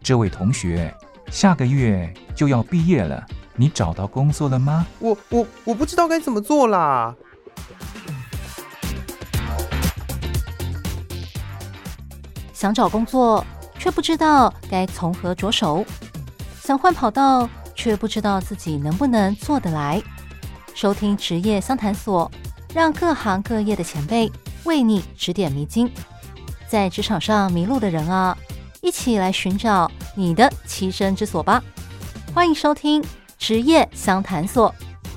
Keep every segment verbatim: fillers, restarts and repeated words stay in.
这位同学，下个月就要毕业了，你找到工作了吗？ 我我我不知道该怎么做啦。 想找工作，却不知道该从何着手；想换跑道，却不知道自己能不能做得来。收听职业相谈所，让各行各业的前辈为你指点迷津。在职场上迷路的人啊，一起来寻找你的栖身之所吧。欢迎收听职业相谈所。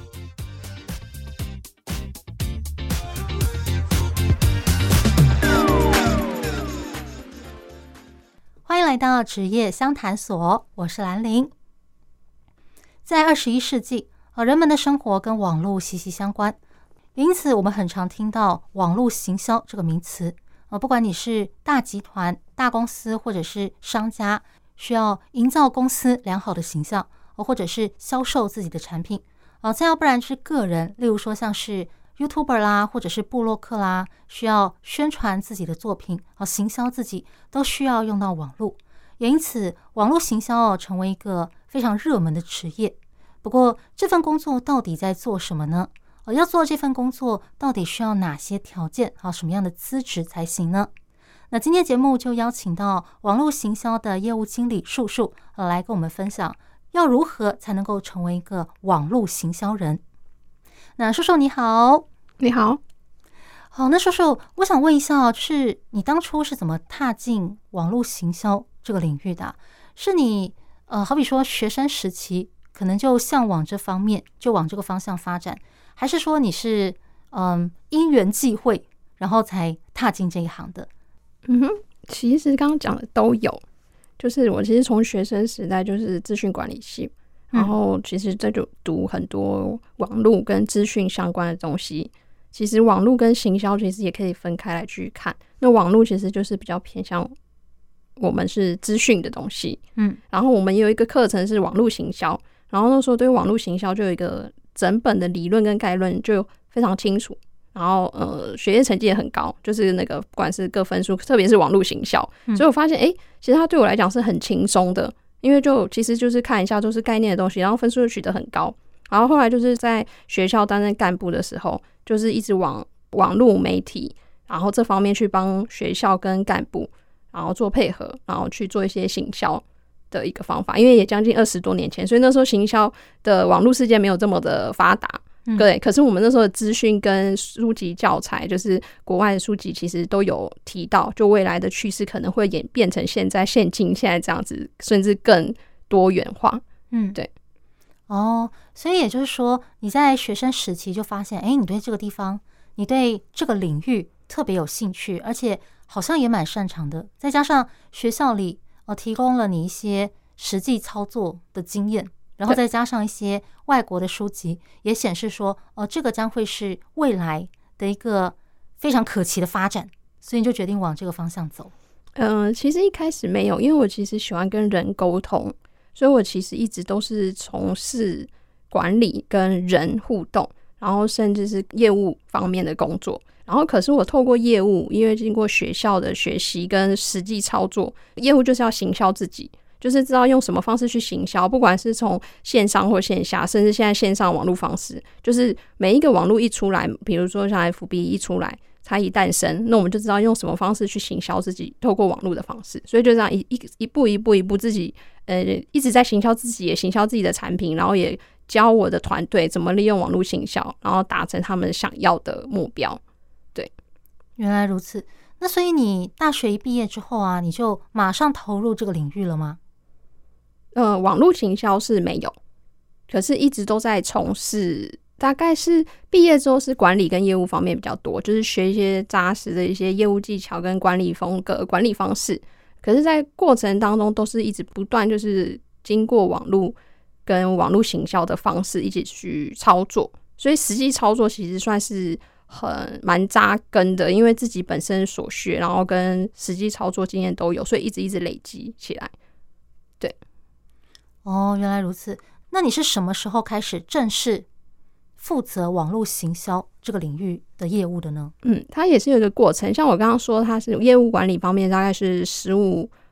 欢迎来到职业相谈所，我是兰玲。在二十一世纪，人们的生活跟网络息息相关，因此我们很常听到网络行销这个名词。不管你是大集团、大公司或者是商家，需要营造公司良好的形象，或者是销售自己的产品，再要不然是个人，例如说像是 YouTuber 啦，或者是部落客啦，需要宣传自己的作品，行销自己，都需要用到网络。也因此，网络行销成为一个非常热门的职业。不过，这份工作到底在做什么呢？要做这份工作，到底需要哪些条件？什么样的资质才行呢？那今天节目就邀请到网络行销的业务经理树树来跟我们分享，要如何才能够成为一个网络行销人。那树树你好。 你好。 好，那树树，我想问一下，就是你当初是怎么踏进网络行销这个领域的？是你呃，好比说学生时期可能就向往这方面，就往这个方向发展，还是说你是嗯因缘际会，然后才踏进这一行的？ 嗯哼，其实刚刚讲的都有。就是我其实从学生时代就是资讯管理系，然后其实这就读很多网络跟资讯相关的东西。其实网络跟行销其实也可以分开来去看。那网络其实就是比较偏向我们是资讯的东西，嗯，然后我们也有一个课程是网络行销，然后那时候对网络行销就有一个整本的理论跟概论就非常清楚。然后呃，学业成绩也很高，就是那个不管是各分数，特别是网络行销，嗯、所以我发现，哎，其实它对我来讲是很轻松的，因为就其实就是看一下都是概念的东西，然后分数就取得很高。然后后来就是在学校担任干部的时候，就是一直往网络媒体，然后这方面去帮学校跟干部，然后做配合，然后去做一些行销的一个方法。因为也将近二十多年前，所以那时候行销的网络世界没有这么的发达。对，可是我们那时候的资讯跟书籍教材，就是国外的书籍，其实都有提到，就未来的趋势可能会演变成现在现今现在这样子，甚至更多元化。嗯，对。 哦，所以也就是说，你在学生时期就发现，哎，你对这个地方，你对这个领域特别有兴趣，而且好像也蛮擅长的。再加上学校里呃提供了你一些实际操作的经验。然后再加上一些外国的书籍，也显示说，哦、呃，这个将会是未来的一个非常可期的发展，所以你就决定往这个方向走。 嗯、呃，其实一开始没有，因为我其实喜欢跟人沟通，所以我其实一直都是从事管理跟人互动，然后甚至是业务方面的工作。然后可是我透过业务，因为经过学校的学习跟实际操作，业务就是要行销自己。就是知道用什么方式去行销，不管是从线上或线下，甚至现在线上网络方式，就是每一个网络一出来，比如说像 F B 一出来，它一诞生，那我们就知道用什么方式去行销自己，透过网络的方式，所以就这样一一一步一步一步自己呃一直在行销自己，也行销自己的产品，然后也教我的团队怎么利用网络行销，然后达成他们想要的目标。对， 原来如此。那所以你大学一毕业之后啊，你就马上投入这个领域了吗？ 呃，网络行销是没有，可是一直都在从事，大概是毕业之后是管理跟业务方面比较多，就是学一些扎实的一些业务技巧跟管理风格、管理方式。可是，在过程当中都是一直不断，就是经过网络跟网络行销的方式一起去操作，所以实际操作其实算是很蛮扎根的，因为自己本身所学，然后跟实际操作经验都有，所以一直一直累积起来。对。 哦，原来如此。那你是什么时候开始正式负责网络行销这个领域的业务的呢？ 嗯，它也是有一个过程。像我刚刚说，它是业务管理方面大概是十五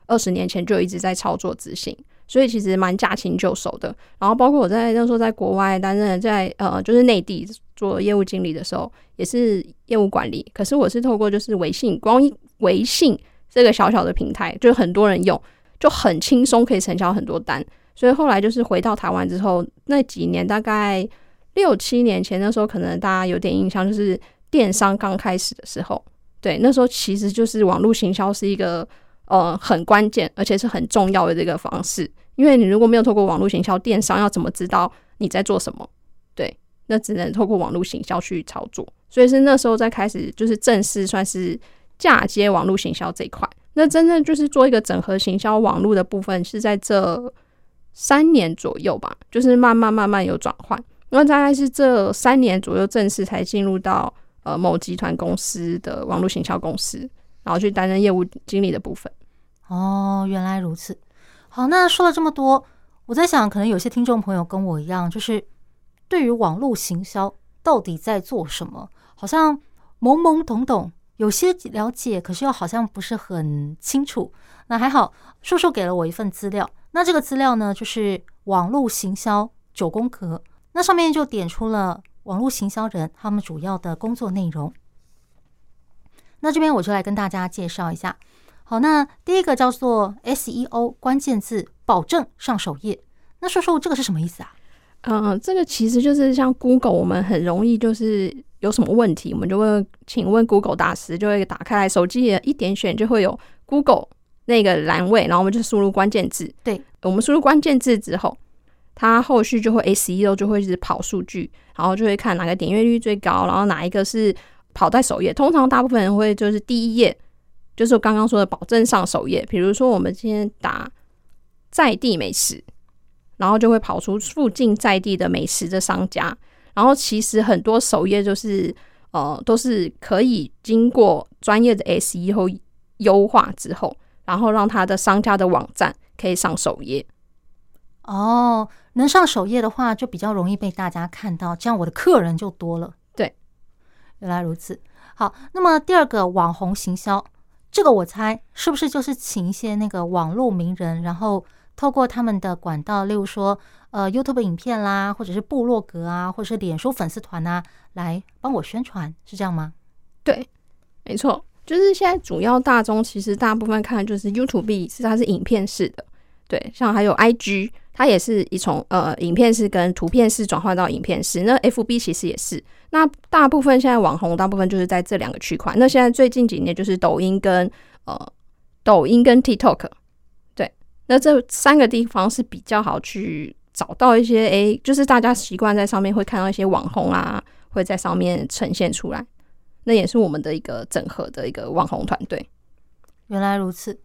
二十年前就一直在操作执行，所以其实蛮驾轻就熟的。然后包括我在那时候在国外担任在呃就是内地做业务经理的时候，也是业务管理，可是我是透过就是微信，光微信这个小小的平台，就很多人用，就很轻松可以成交很多单。所以后来就是回到台湾之后，那几年大概六七年前，那时候可能大家有点印象，就是电商刚开始的时候，对，那时候其实就是网络行销是一个呃很关键而且是很重要的这个方式，因为你如果没有透过网络行销，电商要怎么知道你在做什么？对，那只能透过网络行销去操作，所以是那时候在开始就是正式算是嫁接网络行销这一块。那真正就是做一个整合行销网络的部分，是在这三年左右吧，就是慢慢慢慢有转换。那大概是这三年左右正式才进入到呃某集团公司的网络行销公司，然后去担任业务经理的部分。 哦，原来如此。好，那说了这么多，我在想可能有些听众朋友跟我一样，就是对于网络行销到底在做什么好像懵懵懂懂，有些了解，可是又好像不是很清楚。那还好叔叔给了我一份资料，那这个资料呢就是网络行销九宫格，那上面就点出了网络行销人他们主要的工作内容。那这边我就来跟大家介绍一下。好，那第一个叫做 S E O 关键字保证上首页，那说说这个是什么意思啊？ 嗯、呃，这个其实就是像 Google， 我们很容易就是有什么问题，我们就会请问 Google 大师，就会打开来手机一点选就会有 Google 那个栏位，然后我们就输入关键字。 对， 我们输入关键字之后，它后续就会 S E O 就会一直跑数据，然后就会看哪个点阅率最高，然后哪一个是跑在首页。通常大部分人会就是第一页，就是我刚刚说的保证上首页。比如说我们今天打在地美食，然后就会跑出附近在地的美食的商家。然后其实很多首页就是呃都是可以经过专业的 S E O 优化之后，然后让他的商家的网站可以上首页。 哦，能上首页的话就比较容易被大家看到，这样我的客人就多了。 对， 原来如此。好，那么第二个网红行销，这个我猜是不是就是请一些那个网络名人，然后透过他们的管道，例如说呃 YouTube 影片啦，或者是部落格啊，或者是脸书粉丝团啊，来帮我宣传，是这样吗？ 对，没错，就是现在主要大众其实大部分看的就是 YouTube， 是它是影片式的，对，像还有 I G， 它也是一从呃影片式跟图片式转换到影片式，那 F B 其实也是。那大部分现在网红大部分就是在这两个区块。那现在最近几年就是抖音跟呃抖音跟 TikTok， 对，那这三个地方是比较好去找到一些诶，就是大家习惯在上面会看到一些网红啊，会在上面呈现出来。那也是我们的一个整合的一个网红团队。 原来如此。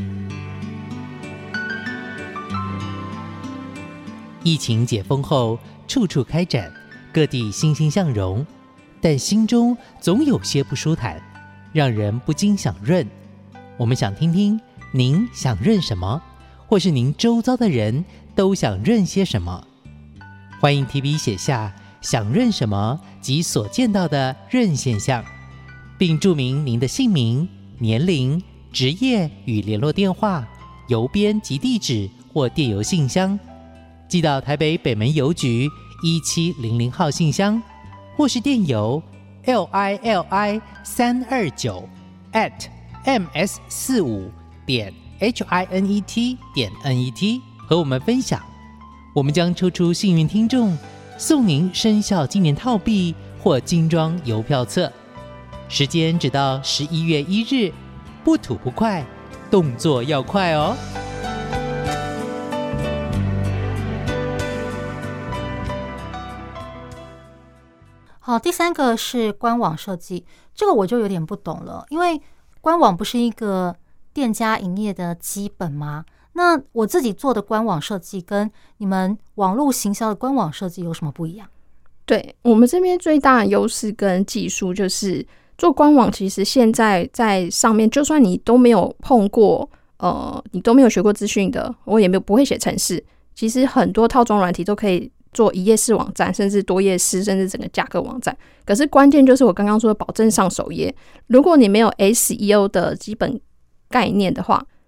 疫情解封后，处处开展，各地欣欣向荣，但心中总有些不舒坦，让人不禁想润。我们想听听您想润什么，或是您周遭的人都想润些什么。欢迎提笔写下想润什么及所见到的润现象，并注明您的姓名、年龄、职业与联络电话、邮编及地址或电邮信箱，寄到台北北门邮局一七零零号信箱，或是电邮 lili 三二九 at ms 四五点 hinet 点 net 和我们分享。我们将抽出幸运听众，送您生肖纪念套币或精装邮票册。时间只到十一月一日，不吐不快，动作要快哦。 好，第三个是官网设计，这个我就有点不懂了，因为官网不是一个店家营业的基本吗？那我自己做的官网设计跟你们网络行销的官网设计有什么不一样？ 对，我们这边最大的优势跟技术就是做官网，其实现在在上面，就算你都没有碰过，呃，你都没有学过资讯的，我也没有不会写程式，其实很多套装软体都可以做一页式网站，甚至多页式，甚至整个价格网站。可是关键就是我刚刚说的保证上首页。如果你没有 S E O 的基本概念的话，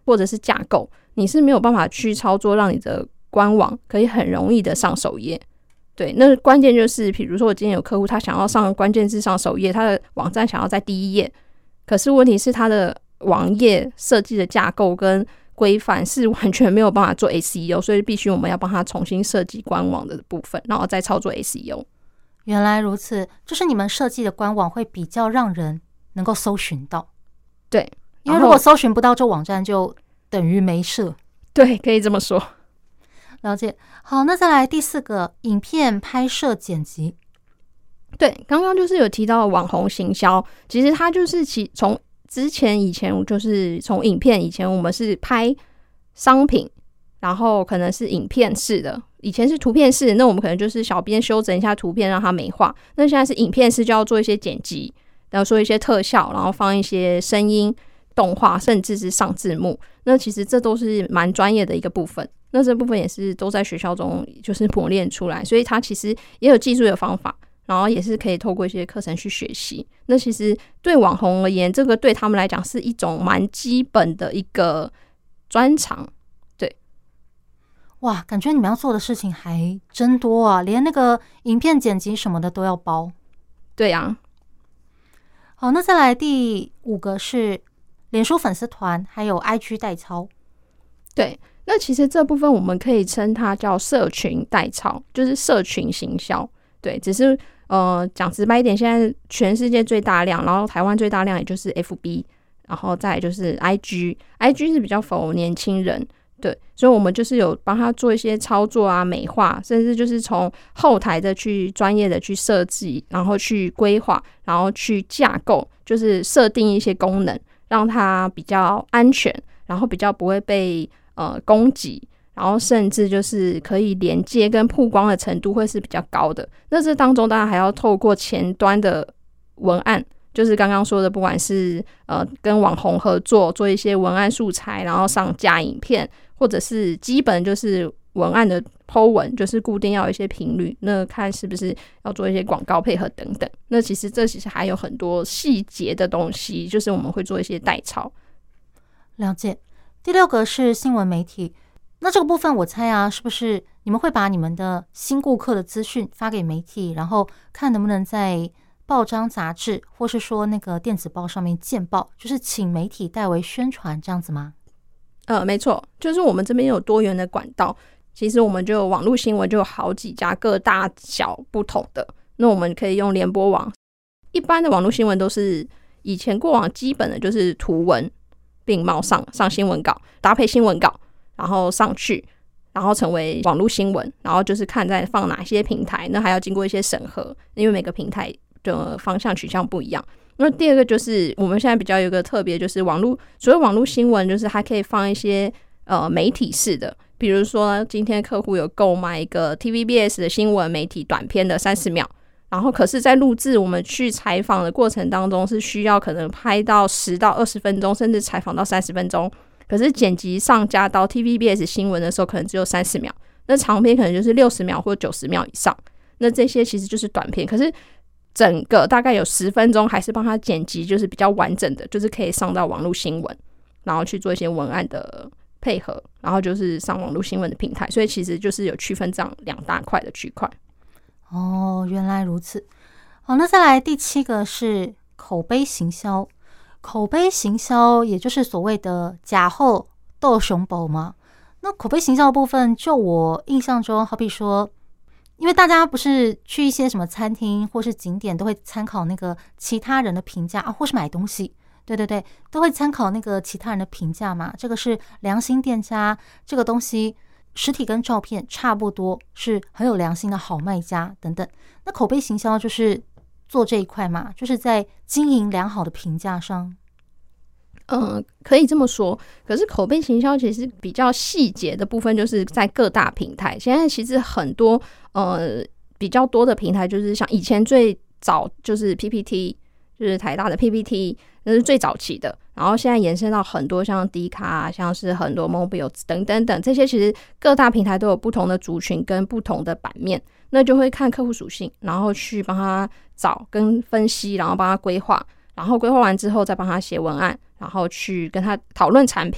或者是架构，你是没有办法去操作让你的官网可以很容易的上首页。对，那关键就是比如说我今天有客户他想要上关键字上首页，他的网站想要在第一页，可是问题是他的网页设计的架构跟规范是完全没有办法做 S E O， 所以必须我们要帮他重新设计官网的部分，然后再操作 S E O。 原来如此，就是你们设计的官网会比较让人能够搜寻到。 对， 因为如果搜寻不到，这网站就等于没设。 对，可以这么说。 了解。好，那再来第四个，影片拍摄剪辑。 对，刚刚就是有提到网红行销，其实它就是其从之前以前就是从影片，以前我们是拍商品，然后可能是影片式的，以前是图片式，那我们可能就是小编修整一下图片让它美化，那现在是影片式，就要做一些剪辑，然后做一些特效，然后放一些声音动画，甚至是上字幕，那其实这都是蛮专业的一个部分，那这部分也是都在学校中就是磨练出来，所以它其实也有技术的方法，然后也是可以透过一些课程去学习。那其实对网红而言，这个对他们来讲是一种蛮基本的一个专长。对， 哇，感觉你们要做的事情还真多啊，连那个影片剪辑什么的都要包。 对啊。 好，那再来第五个是脸书粉丝团还有 I G 代操。 对，那其实这部分我们可以称它叫社群代操，就是社群行销。对，只是呃讲直白一点，现在全世界最大量，然后台湾最大量也就是 F B， 然后再来就是 I G， I G 是比较否年轻人。对，所以我们就是有帮他做一些操作啊、美化，甚至就是从后台的去专业的去设计，然后去规划，然后去架构，就是设定一些功能，让它比较安全，然后比较不会被呃攻击，然后甚至就是可以连接跟曝光的程度会是比较高的。那这当中当然还要透过前端的文案，就是刚刚说的，不管是呃跟网红合作做一些文案素材，然后上架影片，或者是基本就是文案的 po 文，就是固定要有一些频率，那看是不是要做一些广告配合等等。那其实这其实还有很多细节的东西，就是我们会做一些代操。 了解。第六个是新闻媒体，那这个部分我猜啊，是不是你们会把你们的新顾客的资讯发给媒体，然后看能不能在报章杂志或是说那个电子报上面见报，就是请媒体代为宣传这样子吗？ 呃，没错，就是我们这边有多元的管道，其实我们就有网络新闻就有好几家，各大小不同的，那我们可以用联播网。一般的网络新闻都是以前过往基本的就是图文并茂上上新闻稿，搭配新闻稿，然后上去，然后成为网络新闻，然后就是看在放哪些平台，那还要经过一些审核，因为每个平台的方向取向不一样。那第二个就是我们现在比较有一个特别，就是网络，所谓网络新闻就是它可以放一些呃媒体式的，比如说今天客户有购买一个 T V B S 的新闻媒体短片的三十秒，然后可是在录制我们去采访的过程当中是需要可能拍到十到二十分钟，甚至采访到三十分钟，可是剪辑上加到 T V B S 新闻的时候可能只有三十秒，那长片可能就是六十秒或九十秒以上，那这些其实就是短片，可是整个大概有十分钟还是帮他剪辑，就是比较完整的，就是可以上到网络新闻，然后去做一些文案的配合，然后就是上网络新闻的平台，所以其实就是有区分这样两大块的区块。 哦，原来如此。好，那再来第七个是口碑行销。口碑行销也就是所谓的假后斗熊宝嘛。那口碑行销的部分，就我印象中，好比说，因为大家不是去一些什么餐厅或是景点都会参考那个其他人的评价啊，或是买东西，对对对，都会参考那个其他人的评价嘛。这个是良心店家，这个东西实体跟照片差不多，是很有良心的好卖家等等。那口碑行销就是做这一块嘛，就是在经营良好的评价上。 嗯，可以这么说。可是口碑行销其实比较细节的部分，就是在各大平台。现在其实很多呃比较多的平台，就是像以前最早就是 P P T， 就是台大的 P P T， 那是最早期的。然后现在延伸到很多像 D 卡，像是很多 Mobile 等等等，这些其实各大平台都有不同的族群跟不同的版面，那就会看客户属性，然后去帮他找跟分析，然后帮他规划。然后规划完之后再帮他写文案，然后去跟他讨论产品，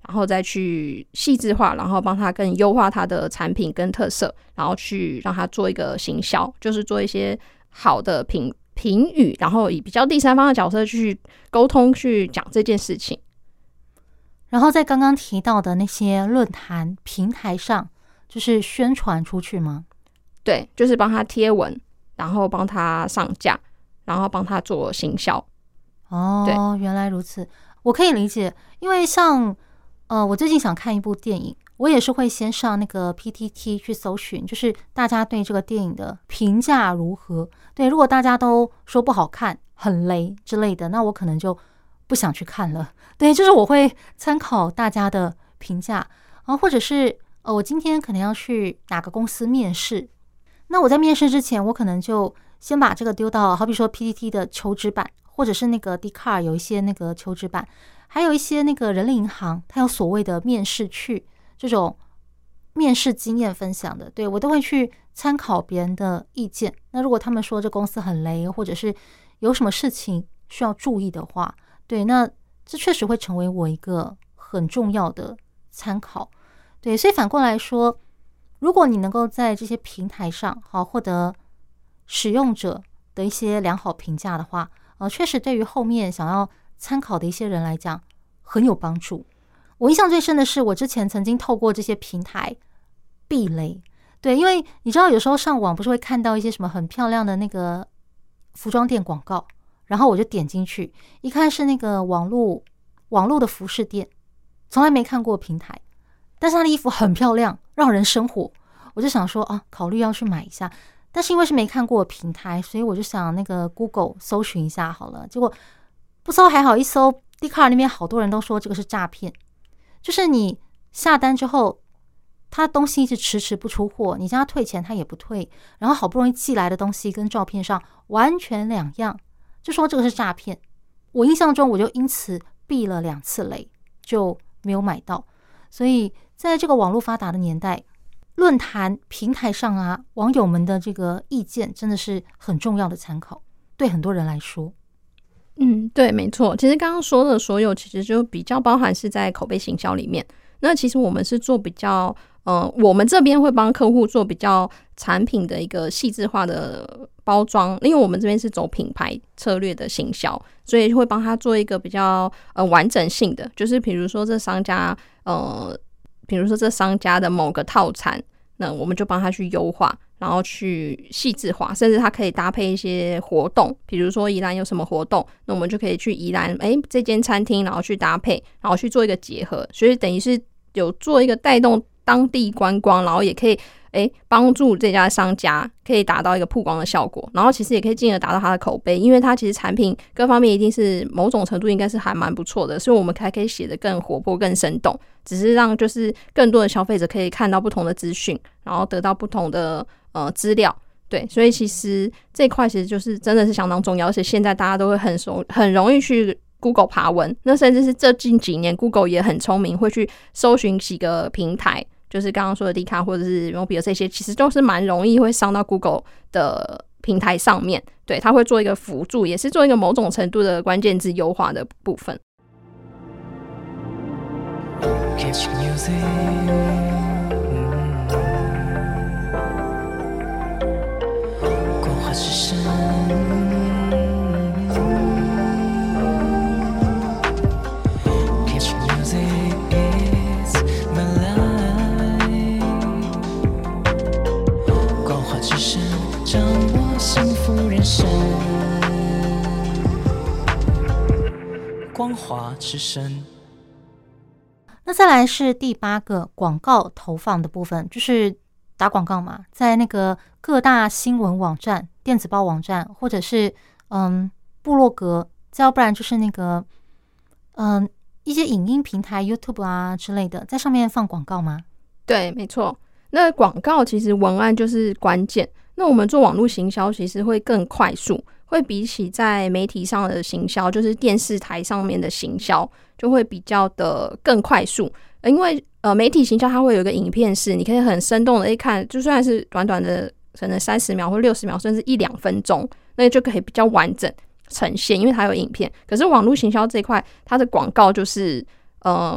然后再去细致化，然后帮他更优化他的产品跟特色，然后去让他做一个行销，就是做一些好的评评语，然后以比较第三方的角色去沟通，去讲这件事情。 然后在刚刚提到的那些论坛平台上，就是宣传出去吗？ 对，就是帮他贴文，然后帮他上架，然后帮他做行销。 哦，原来如此，我可以理解。因为像呃，我最近想看一部电影，我也是会先上那个 P T T 去搜寻，就是大家对这个电影的评价如何。对，如果大家都说不好看、很雷之类的，那我可能就不想去看了。对，就是我会参考大家的评价，然后或者是呃，我今天可能要去哪个公司面试，那我在面试之前，我可能就先把这个丢到，好比说 P T T 的求职版，或者是那个 Dcard 有一些那个求职版，还有一些那个人力银行，它有所谓的面试去这种面试经验分享的，对，我都会去参考别人的意见。那如果他们说这公司很雷，或者是有什么事情需要注意的话，对，那这确实会成为我一个很重要的参考。对，所以反过来说，如果你能够在这些平台上好获得使用者的一些良好评价的话，呃，确实对于后面想要参考的一些人来讲很有帮助。我印象最深的是，我之前曾经透过这些平台避雷。对，因为你知道有时候上网不是会看到一些什么很漂亮的那个服装店广告，然后我就点进去一看，是那个网络网络的服饰店，从来没看过平台，但是他的衣服很漂亮，让人生火，我就想说啊，考虑要去买一下。但是因为是没看过平台，所以我就想那个 Google 搜寻一下好了。结果不搜还好，一搜 Dcard 那边好多人都说这个是诈骗，就是你下单之后，他东西一直迟迟不出货，你叫他退钱他也不退，然后好不容易寄来的东西跟照片上完全两样，就说这个是诈骗。我印象中我就因此避了两次雷，就没有买到。所以在这个网络发达的年代，论坛平台上啊，网友们的这个意见真的是很重要的参考，对很多人来说。 嗯，对，没错。其实刚刚说的所有，其实就比较包含是在口碑行销里面。那其实我们是做比较，呃，我们这边会帮客户做比较产品的一个细致化的包装，因为我们这边是走品牌策略的行销，所以会帮他做一个比较呃完整性的，就是比如说这商家呃。比如说这商家的某个套餐，那我们就帮他去优化，然后去细致化，甚至他可以搭配一些活动，比如说宜兰有什么活动，那我们就可以去宜兰哎这间餐厅，然后去搭配，然后去做一个结合，所以等于是有做一个带动当地观光，然后也可以哎帮助这家商家可以达到一个曝光的效果，然后其实也可以进而达到他的口碑，因为他其实产品各方面一定是某种程度应该是还蛮不错的，所以我们还可以写得更活泼更生动，只是让就是更多的消费者可以看到不同的资讯，然后得到不同的呃资料。对，所以其实这一块其实就是真的是相当重要，而且现在大家都会很熟很容易去 Google 爬文，那甚至是这近几年 Google 也很聪明，会去搜寻几个平台，就是刚刚说的 Dcard 或者是 Mobile 这些，其实都是蛮容易会上到 Google 的平台上面。对，它会做一个辅助，也是做一个某种程度的关键字优化的部分。 Catch music， 光华之声 Catch music is my life， 光华之声掌握幸福人生，光华之声。 那再来是第八个广告投放的部分，就是打广告嘛，在那个各大新闻网站、电子报网站，或者是嗯部落格，再要不然就是那个嗯一些影音平台 YouTube 啊之类的，在上面放广告吗？ 对，没错。那广告其实文案就是关键。那我们做网络行销其实会更快速，会比起在媒体上的行销，就是电视台上面的行销，就会比较的更快速。因为呃媒体行销它会有一个影片式，你可以很生动的一看，就算是短短的可能三十秒或六十秒，甚至一两分钟，那就可以比较完整呈现，因为它有影片。可是网络行销这一块，它的广告就是呃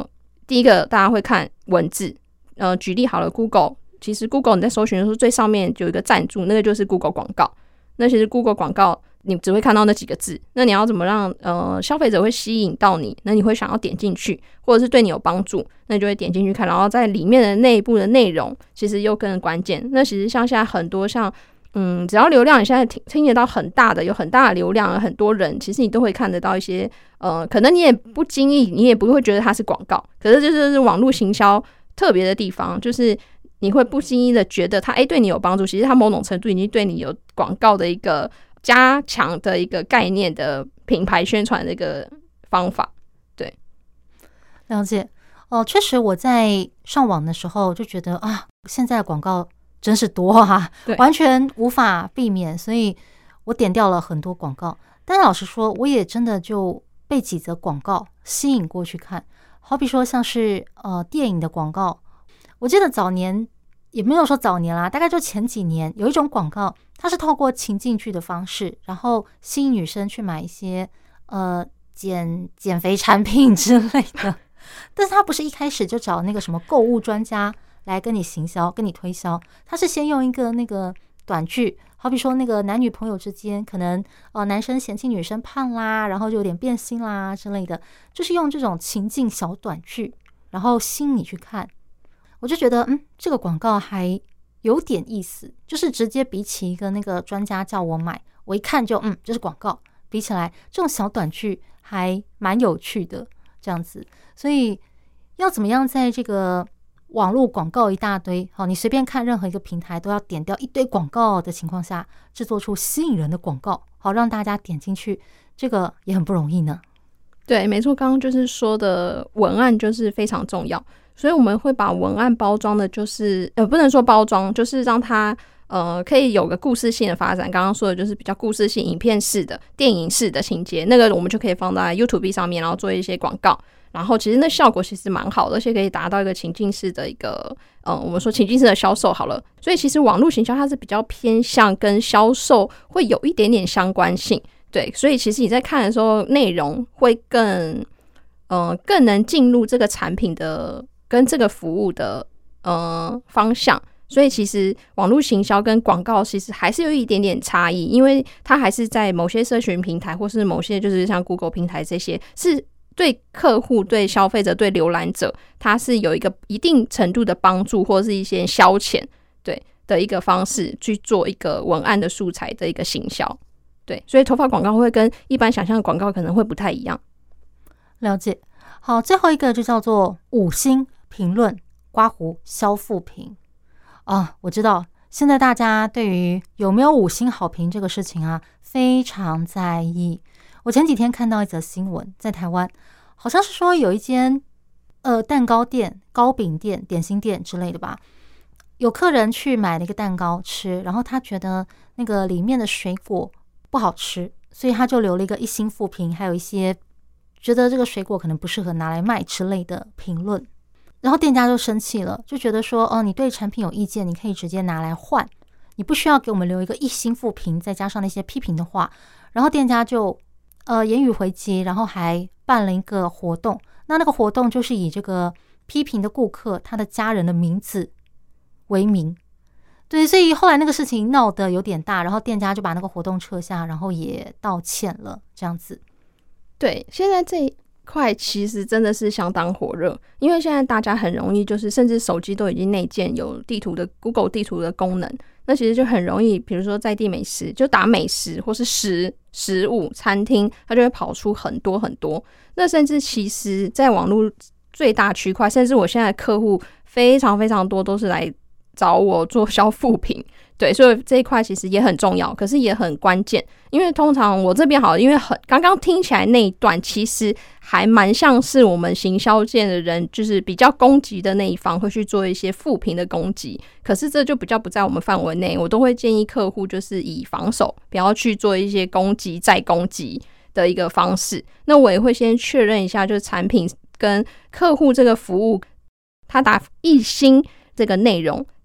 第一个大家会看文字，呃，举例好了 ，Google， 其实 Google 你在搜寻的时候最上面有一个赞助，那个就是 Google 广告。那其实 Google 广告你只会看到那几个字，那你要怎么让呃消费者会吸引到你？那你会想要点进去，或者是对你有帮助，那你就会点进去看，然后在里面的内部的内容其实又更关键。那其实像现在很多像嗯，只要流量你现在听听得到很大的，有很大的流量，很多人，其实你都会看得到一些呃，可能你也不经意，你也不会觉得它是广告，可是这就是网络行销特别的地方，就是你会不经意的觉得它哎、欸、对你有帮助，其实它某种程度已经对你有广告的一个加强的一个概念的品牌宣传的一个方法。对， 了解哦。确实我在上网的时候就觉得啊，现在的广告真是多啊，完全无法避免，所以我点掉了很多广告。但老实说，我也真的就被几则广告吸引过去看，好比说像是呃电影的广告。我记得早年也没有说早年啦，大概就前几年有一种广告，它是透过情境剧的方式，然后吸引女生去买一些呃减减肥产品之类的。但是它不是一开始就找那个什么购物专家来跟你行销，跟你推销，他是先用一个那个短剧，好比说那个男女朋友之间，可能呃男生嫌弃女生胖啦，然后就有点变心啦之类的，就是用这种情境小短剧，然后吸引你去看。我就觉得嗯，这个广告还有点意思，就是直接比起一个那个专家叫我买，我一看就嗯，这是广告，比起来这种小短剧还蛮有趣的这样子。所以要怎么样在这个网络广告一大堆，好，你随便看任何一个平台都要点掉一堆广告的情况下，制作出吸引人的广告，好让大家点进去，这个也很不容易呢。 对，没错，刚刚就是说的文案就是非常重要，所以我们会把文案包装的，就是呃，不能说包装，就是让它呃可以有个故事性的发展。刚刚说的就是比较故事性、影片式的、电影式的情节，那个我们就可以放在 YouTube 上面，然后做一些广告。然后其实那效果其实蛮好的，而且可以达到一个情境式的一个呃，我们说情境式的销售好了。所以其实网络行销它是比较偏向跟销售会有一点点相关性。对，所以其实你在看的时候，内容会更呃更能进入这个产品的跟这个服务的呃方向。所以其实网络行销跟广告其实还是有一点点差异，因为它还是在某些社群平台或是某些就是像 Google 平台这些是对客户、对消费者、对浏览者，它是有一个一定程度的帮助或是一些消遣对的一个方式去做一个文案的素材的一个行销。对，所以头发广告会跟一般想象的广告可能会不太一样。 了解。好，最后一个就叫做五星评论刮胡消负评啊。我知道现在大家对于有没有五星好评这个事情啊非常在意。我前几天看到一则新闻，在台湾好像是说有一间呃蛋糕店、糕饼店、点心店之类的吧，有客人去买了一个蛋糕吃，然后他觉得那个里面的水果不好吃，所以他就留了一个一星负评，还有一些觉得这个水果可能不适合拿来卖之类的评论。然后店家就生气了，就觉得说哦，你对产品有意见，你可以直接拿来换，你不需要给我们留一个一星负评再加上那些批评的话。然后店家就呃言语回击，然后还办了一个活动。那那个活动就是以这个批评的顾客他的家人的名字为名。对，所以后来那个事情闹得有点大，然后店家就把那个活动撤下，然后也道歉了，这样子。 对，现在这一块其实真的是相当火热，因为现在大家很容易就是甚至手机都已经内建有地图的 Google 地图的功能，那其实就很容易，比如说在地美食就打美食或是食食物餐厅，它就会跑出很多很多。那甚至其实在网络最大区块，甚至我现在的客户非常非常多都是来找我做消负评。对，所以这一块其实也很重要，可是也很关键，因为通常我这边好，因为很刚刚听起来那一段其实还蛮像是我们行销界的人，就是比较攻击的那一方会去做一些负评的攻击，可是这就比较不在我们范围内，我都会建议客户就是以防守，不要去做一些攻击再攻击的一个方式。那我也会先确认一下，就是产品跟客户这个服务，他打一星这个内容，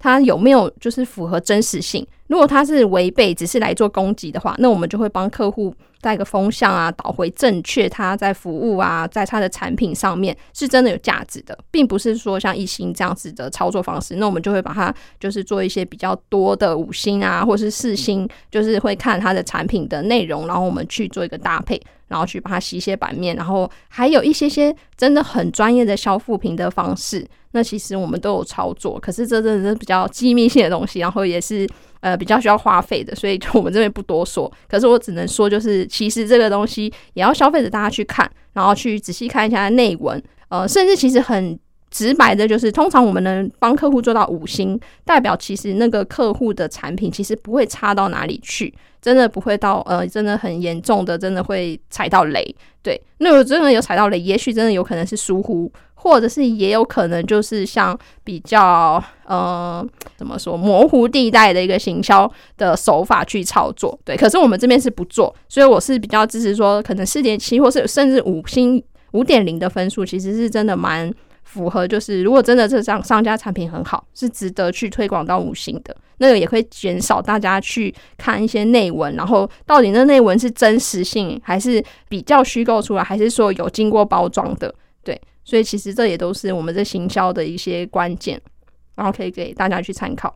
它有没有就是符合真实性。如果它是违背只是来做攻击的话，那我们就会帮客户带个风向啊，导回正确它在服务啊，在它的产品上面是真的有价值的，并不是说像一星这样子的操作方式。那我们就会把它就是做一些比较多的五星啊，或是四星，就是会看它的产品的内容，然后我们去做一个搭配，然后去把它洗写版面，然后还有一些些真的很专业的消负评的方式，那其实我们都有操作，可是这真的是比较机密性的东西，然后也是呃比较需要花费的，所以就我们这边不多说。可是我只能说，就是其实这个东西也要消费者大家去看，然后去仔细看一下内文，呃，甚至其实很直白的，就是通常我们能帮客户做到五星，代表其实那个客户的产品其实不会差到哪里去，真的不会到呃真的很严重的，真的会踩到雷。对，那如果真的有踩到雷，也许真的有可能是疏忽，或者是也有可能就是像比较呃怎么说模糊地带的一个行销的手法去操作。对，可是我们这边是不做，所以我是比较支持说，可能 四点七 或是甚至五星 五点零 的分数，其实是真的蛮符合，就是如果真的这商商家产品很好，是值得去推广到五星的，那个也会减少大家去看一些内文，然后到底那内文是真实性还是比较虚构出来，还是说有经过包装的。对，所以其实这也都是我们在行销的一些关键，然后可以给大家去参考。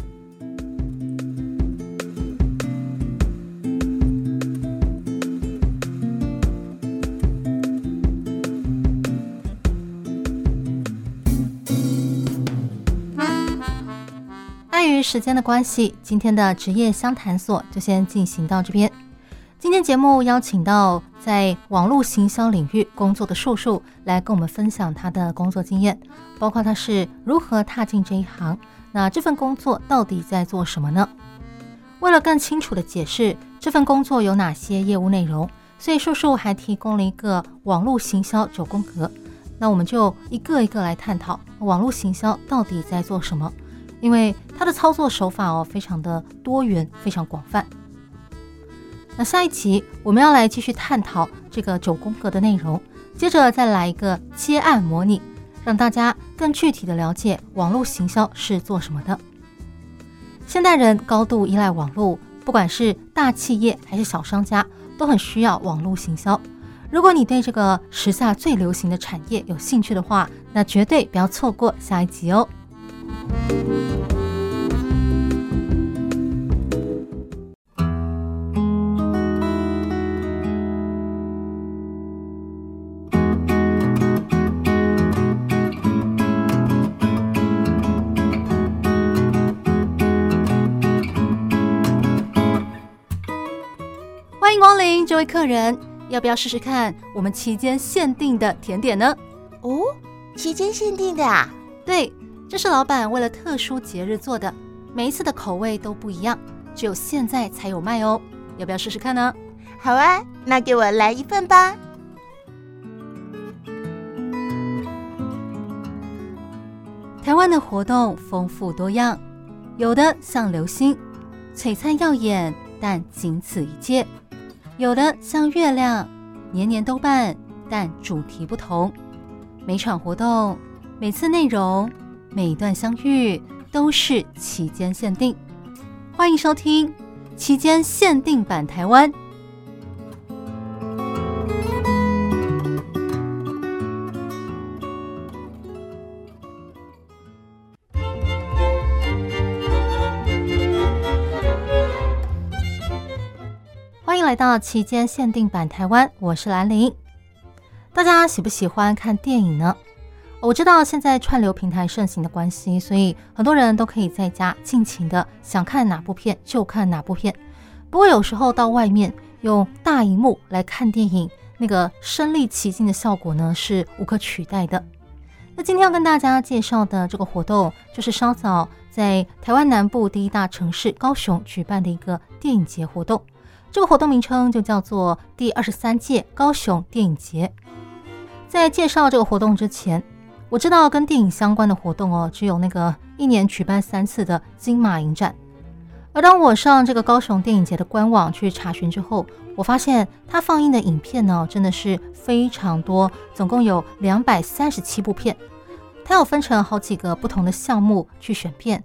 碍于时间的关系，今天的职业相谈所就先进行到这边。今天节目邀请到在网络行销领域工作的树树来跟我们分享他的工作经验，包括他是如何踏进这一行，那这份工作到底在做什么呢？为了更清楚的解释这份工作有哪些业务内容，所以树树还提供了一个网络行销九宫格。那我们就一个一个来探讨网络行销到底在做什么，因为它的操作手法哦非常的多元，非常广泛。那下一集我们要来继续探讨这个九宫格的内容，接着再来一个接案模拟，让大家更具体的了解网络行销是做什么的。现代人高度依赖网络，不管是大企业还是小商家，都很需要网络行销。如果你对这个时下最流行的产业有兴趣的话，那绝对不要错过下一集哦。欢迎光临，这位客人，要不要试试看我们期间限定的甜点呢？ 哦，期间限定的啊？ 对，这是老板为了特殊节日做的，每一次的口味都不一样，只有现在才有卖哦。要不要试试看呢？ 好啊，那给我来一份吧。 台湾的活动丰富多样，有的像流星，璀璨耀眼，但仅此一届；有的像月亮，年年都办，但主题不同。每场活动、每次内容、每一段相遇都是期间限定。欢迎收听期间限定版台湾。欢迎来到期间限定版台湾，我是兰玲。大家喜不喜欢看电影呢？我知道现在串流平台盛行的关系，所以很多人都可以在家尽情的想看哪部片就看哪部片。不过有时候到外面用大荧幕来看电影，那个身临其境的效果呢是无可取代的。那今天要跟大家介绍的这个活动，就是稍早在台湾南部第一大城市高雄举办的一个电影节活动。这个活动名称就叫做第二十三届高雄电影节。在介绍这个活动之前，我知道跟电影相关的活动哦，只有那个一年举办三次的金马影展。而当我上这个高雄电影节的官网去查询之后，我发现它放映的影片呢，真的是非常多，总共有两百三十七部片。它有分成好几个不同的项目去选片，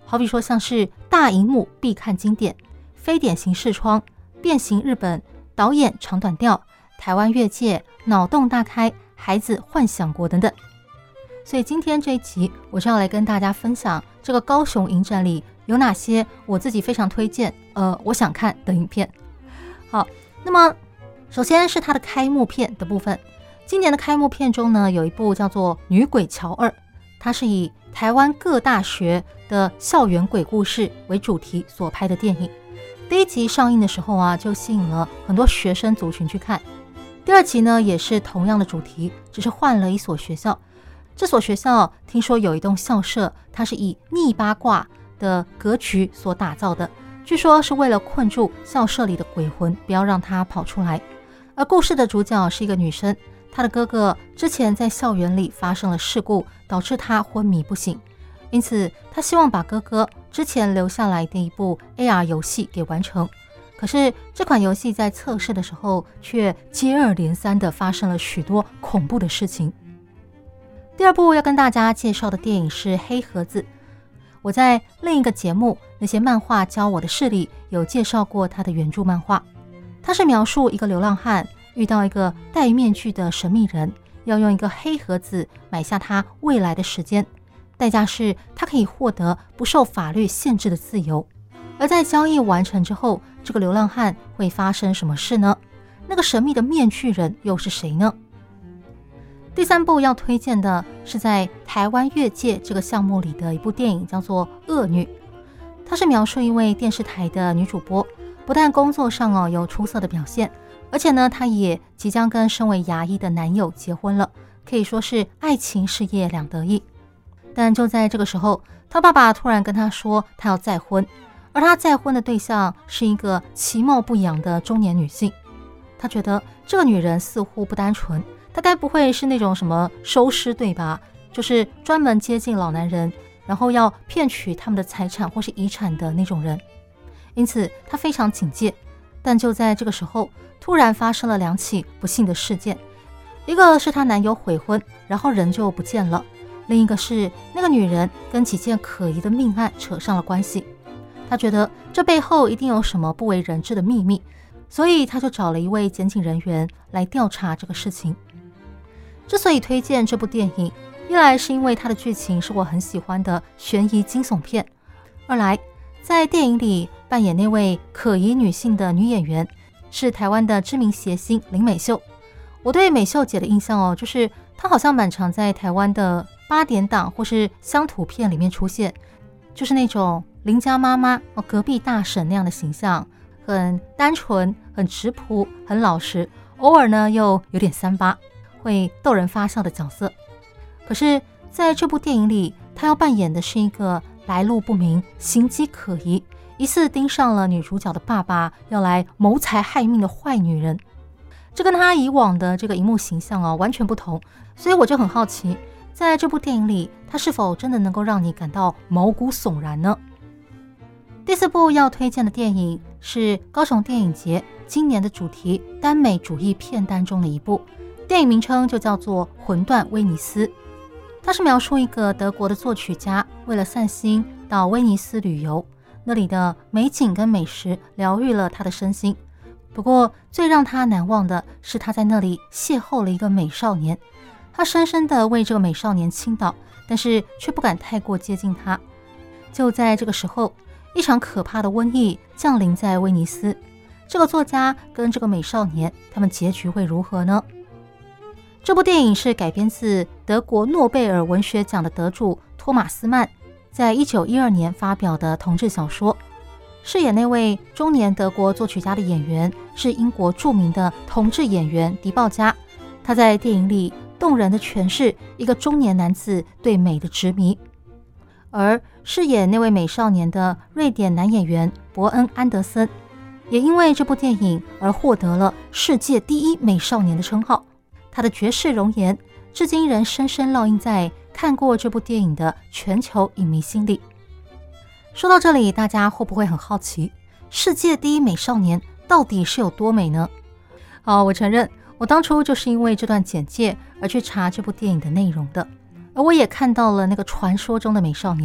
好比说像是大荧幕必看经典、非典型视窗、变形日本、导演长短调、台湾越界、脑洞大开、孩子幻想国等等。所以今天这一集我就要来跟大家分享这个高雄影展里有哪些我自己非常推荐呃，我想看的影片。好，那么首先是它的开幕片的部分。今年的开幕片中呢，有一部叫做《女鬼桥二》，它是以台湾各大学的校园鬼故事为主题所拍的电影。第一集上映的时候啊，就吸引了很多学生族群去看。第二集呢，也是同样的主题，只是换了一所学校。这所学校听说有一栋校舍，它是以逆八卦的格局所打造的，据说是为了困住校舍里的鬼魂，不要让它跑出来。而故事的主角是一个女生，她的哥哥之前在校园里发生了事故，导致她昏迷不醒，因此她希望把哥哥之前留下来的一部 A R 游戏给完成。可是这款游戏在测试的时候，却接二连三的发生了许多恐怖的事情。第二部要跟大家介绍的电影是《黑盒子》。我在另一个节目《那些漫画教我的事》里有介绍过他的原著漫画。它是描述一个流浪汉遇到一个戴面具的神秘人，要用一个黑盒子买下他未来的时间，代价是他可以获得不受法律限制的自由。而在交易完成之后，这个流浪汉会发生什么事呢？那个神秘的面具人又是谁呢？第三部要推荐的是在台湾越界这个项目里的一部电影，叫做《恶女》。它是描述一位电视台的女主播，不但工作上哦有出色的表现，而且呢，她也即将跟身为牙医的男友结婚了，可以说是爱情事业两得意。但就在这个时候，她爸爸突然跟她说她要再婚，而她再婚的对象是一个其貌不扬的中年女性。她觉得这个女人似乎不单纯，她该不会是那种什么收尸对吧？就是专门接近老男人，然后要骗取他们的财产或是遗产的那种人。因此她非常警戒。但就在这个时候，突然发生了两起不幸的事件。一个是她男友悔婚，然后人就不见了；另一个是那个女人跟几件可疑的命案扯上了关系。她觉得这背后一定有什么不为人知的秘密，所以她就找了一位检警人员来调查这个事情。之所以推荐这部电影，一来是因为它的剧情是我很喜欢的悬疑惊悚片，二来在电影里扮演那位可疑女性的女演员是台湾的知名谐星林美秀。我对美秀姐的印象哦，就是她好像蛮常在台湾的八点档或是乡土片里面出现，就是那种邻家妈妈、哦、隔壁大婶那样的形象，很单纯、很直朴、很老实，偶尔呢又有点三八，会逗人发笑的角色。可是在这部电影里，她要扮演的是一个来路不明、行迹可疑，疑似盯上了女主角的爸爸，要来谋财害命的坏女人。这跟她以往的这个荧幕形象哦完全不同，所以我就很好奇，在这部电影里，她是否真的能够让你感到毛骨悚然呢？第四部要推荐的电影是高雄电影节今年的主题耽美主义片单中的一部，电影名称就叫做《魂断威尼斯》。它是描述一个德国的作曲家为了散心到威尼斯旅游，那里的美景跟美食疗愈了他的身心。不过最让他难忘的是他在那里邂逅了一个美少年，他深深地为这个美少年倾倒，但是却不敢太过接近他。就在这个时候，一场可怕的瘟疫降临在威尼斯，这个作家跟这个美少年，他们结局会如何呢？这部电影是改编自德国诺贝尔文学奖的得主托马斯曼在一九一二年发表的同志小说。饰演那位中年德国作曲家的演员是英国著名的同志演员迪鲍加，他在电影里动人的诠释一个中年男子对美的执迷。而饰演那位美少年的瑞典男演员伯恩·安德森，也因为这部电影而获得了世界第一美少年的称号。他的绝世容颜至今仍深深烙印在看过这部电影的全球影迷心里。说到这里，大家会不会很好奇，世界第一美少年到底是有多美呢？好，我承认我当初就是因为这段简介而去查这部电影的内容的，而我也看到了那个传说中的美少年，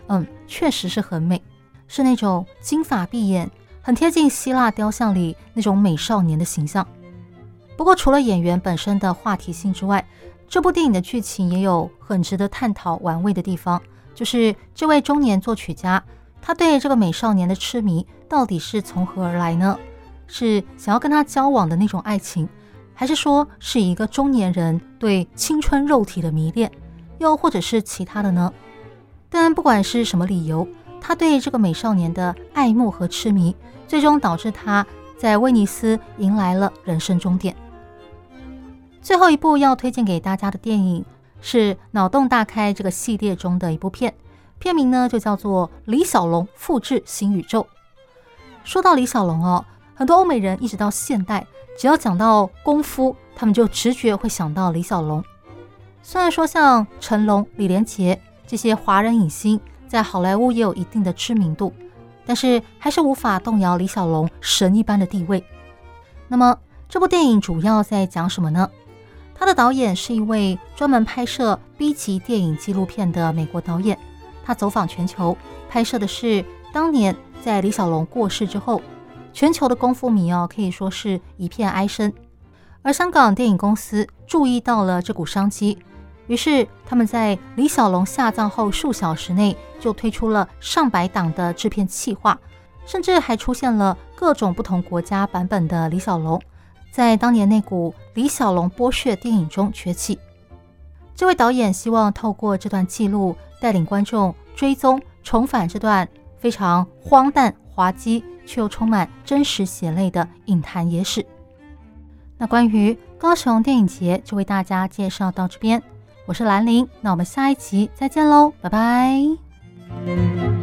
嗯，确实是很美，是那种金发碧眼，很贴近希腊雕像里那种美少年的形象。不过除了演员本身的话题性之外，这部电影的剧情也有很值得探讨玩味的地方，就是这位中年作曲家，他对这个美少年的痴迷到底是从何而来呢？是想要跟他交往的那种爱情，还是说是一个中年人对青春肉体的迷恋，又或者是其他的呢？但不管是什么理由，他对这个美少年的爱慕和痴迷，最终导致他在威尼斯迎来了人生终点。最后一部要推荐给大家的电影是脑洞大开这个系列中的一部片，片名呢就叫做李小龙复制新宇宙。说到李小龙哦，很多欧美人一直到现代，只要讲到功夫，他们就直觉会想到李小龙。虽然说像成龙、李连杰这些华人影星在好莱坞也有一定的知名度，但是还是无法动摇李小龙神一般的地位。那么这部电影主要在讲什么呢？他的导演是一位专门拍摄 B 级电影纪录片的美国导演，他走访全球，拍摄的是当年在李小龙过世之后，全球的功夫迷哦可以说是一片哀声。而香港电影公司注意到了这股商机，于是他们在李小龙下葬后数小时内就推出了上百档的制片企划，甚至还出现了各种不同国家版本的李小龙，在当年那股李小龙剥削电影中崛起。这位导演希望透过这段记录，带领观众追踪重返这段非常荒诞滑稽却又充满真实血泪的影坛野史。那关于高雄电影节就为大家介绍到这边，我是兰玲，那我们下一集再见喽，拜拜。